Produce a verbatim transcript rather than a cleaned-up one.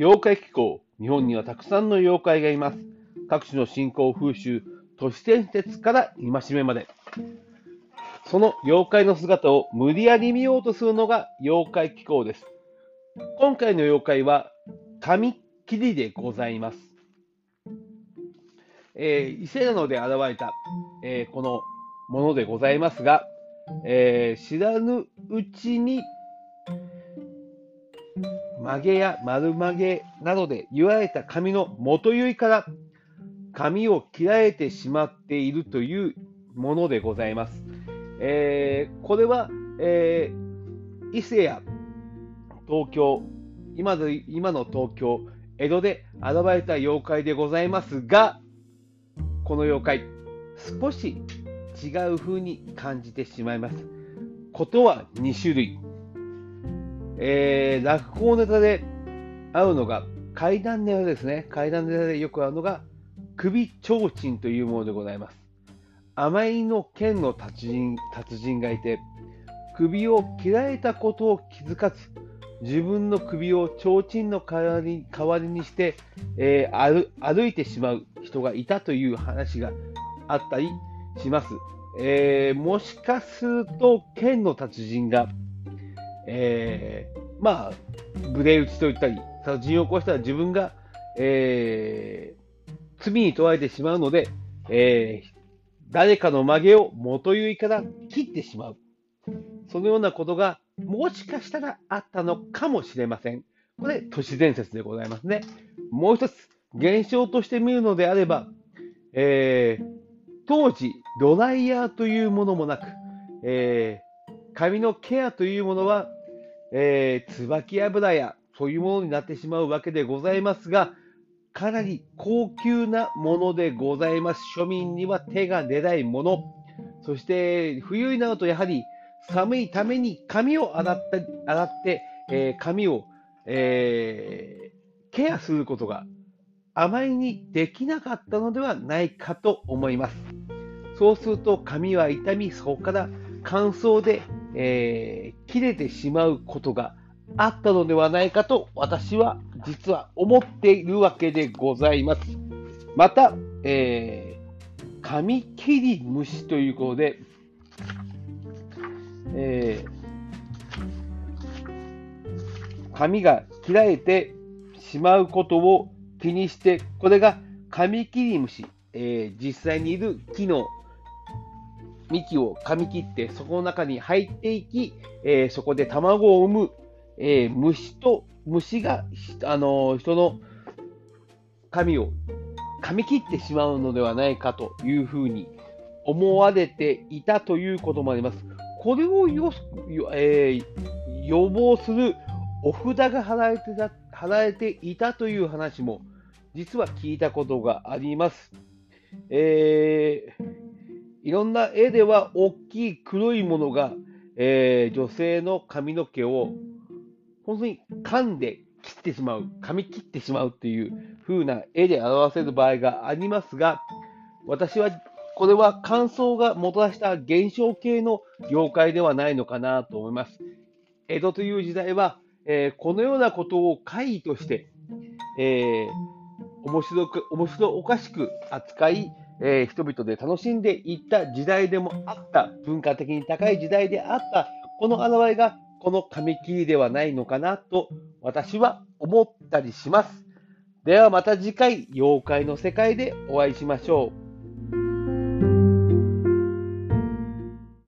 妖怪気候。日本にはたくさんの妖怪がいます。各種の信仰風習、都市伝説から戒めまで。その妖怪の姿を無理やり見ようとするのが妖怪気候です。今回の妖怪は紙切りでございます。えー、伊勢などで現れた、えーこのものでございますが、えー知らぬうちに曲げや丸曲げなどで言われた紙の元結いから紙を切られてしまっているというものでございます。えーこれは、えー伊勢や東京、今の今の東京、江戸で現れた妖怪でございますが、この妖怪、少し違う風に感じてしまいます。ことはに種類。えー落語ネタで会うのが、怪談ネタですね。怪談ネタでよく会うのが、首提灯というものでございます。あまりの剣の達人達人がいて、首を切られたことを気づかず、自分の首を提灯の代わり代わりにして、えー歩、歩いてしまう人がいたという話があったりします。えーもしかすると、剣の達人が、えーまあ、無礼打ちと言ったり、殺人を起こしたら自分が、えー罪に問われてしまうので、えー誰かの曲げを元結いから切ってしまう。そのようなことがもしかしたらあったのかもしれません。これ、都市伝説でございますね。もう一つ、現象として見るのであれば、えー当時、ドライヤーというものもなく、えー髪のケアというものは、えー椿油やそういうものになってしまうわけでございますが、かなり高級なものでございます。庶民には手が出ないもの。そして冬になるとやはり寒いために髪を洗った洗って、えー髪を、えーケアすることがあまりにできなかったのではないかと思います。そうすると髪は傷み、そこから乾燥で、えー切れてしまうことがあったのではないかと私は実は思っているわけでございます。また、えー髪切り虫ということで、えー髪が切られてしまうことを気にして、これが髪切り虫、えー実際にいる木の幹を噛み切ってそこの中に入っていき、えーそこで卵を産む、えー虫と虫が、あのー人の髪を噛み切ってしまうのではないかというふうに思われていたということもあります。これをよ、えー予防するお札が貼られてた貼られていたという話も実は聞いたことがあります。えーいろんな絵では大きい黒いものが、えー女性の髪の毛を本当に噛んで切ってしまう、噛み切ってしまうっていう風な絵で表せる場合がありますが、私はこれは乾燥がもたらした現象系の妖怪ではないのかなと思います。江戸という時代は、えーこのようなことを怪異として、えー面白く、面白おかしく扱い、えー人々で楽しんでいった時代でもあった、文化的に高い時代であった、この現れがこの紙切りではないのかなと私は思ったりします。ではまた次回、妖怪の世界でお会いしましょう。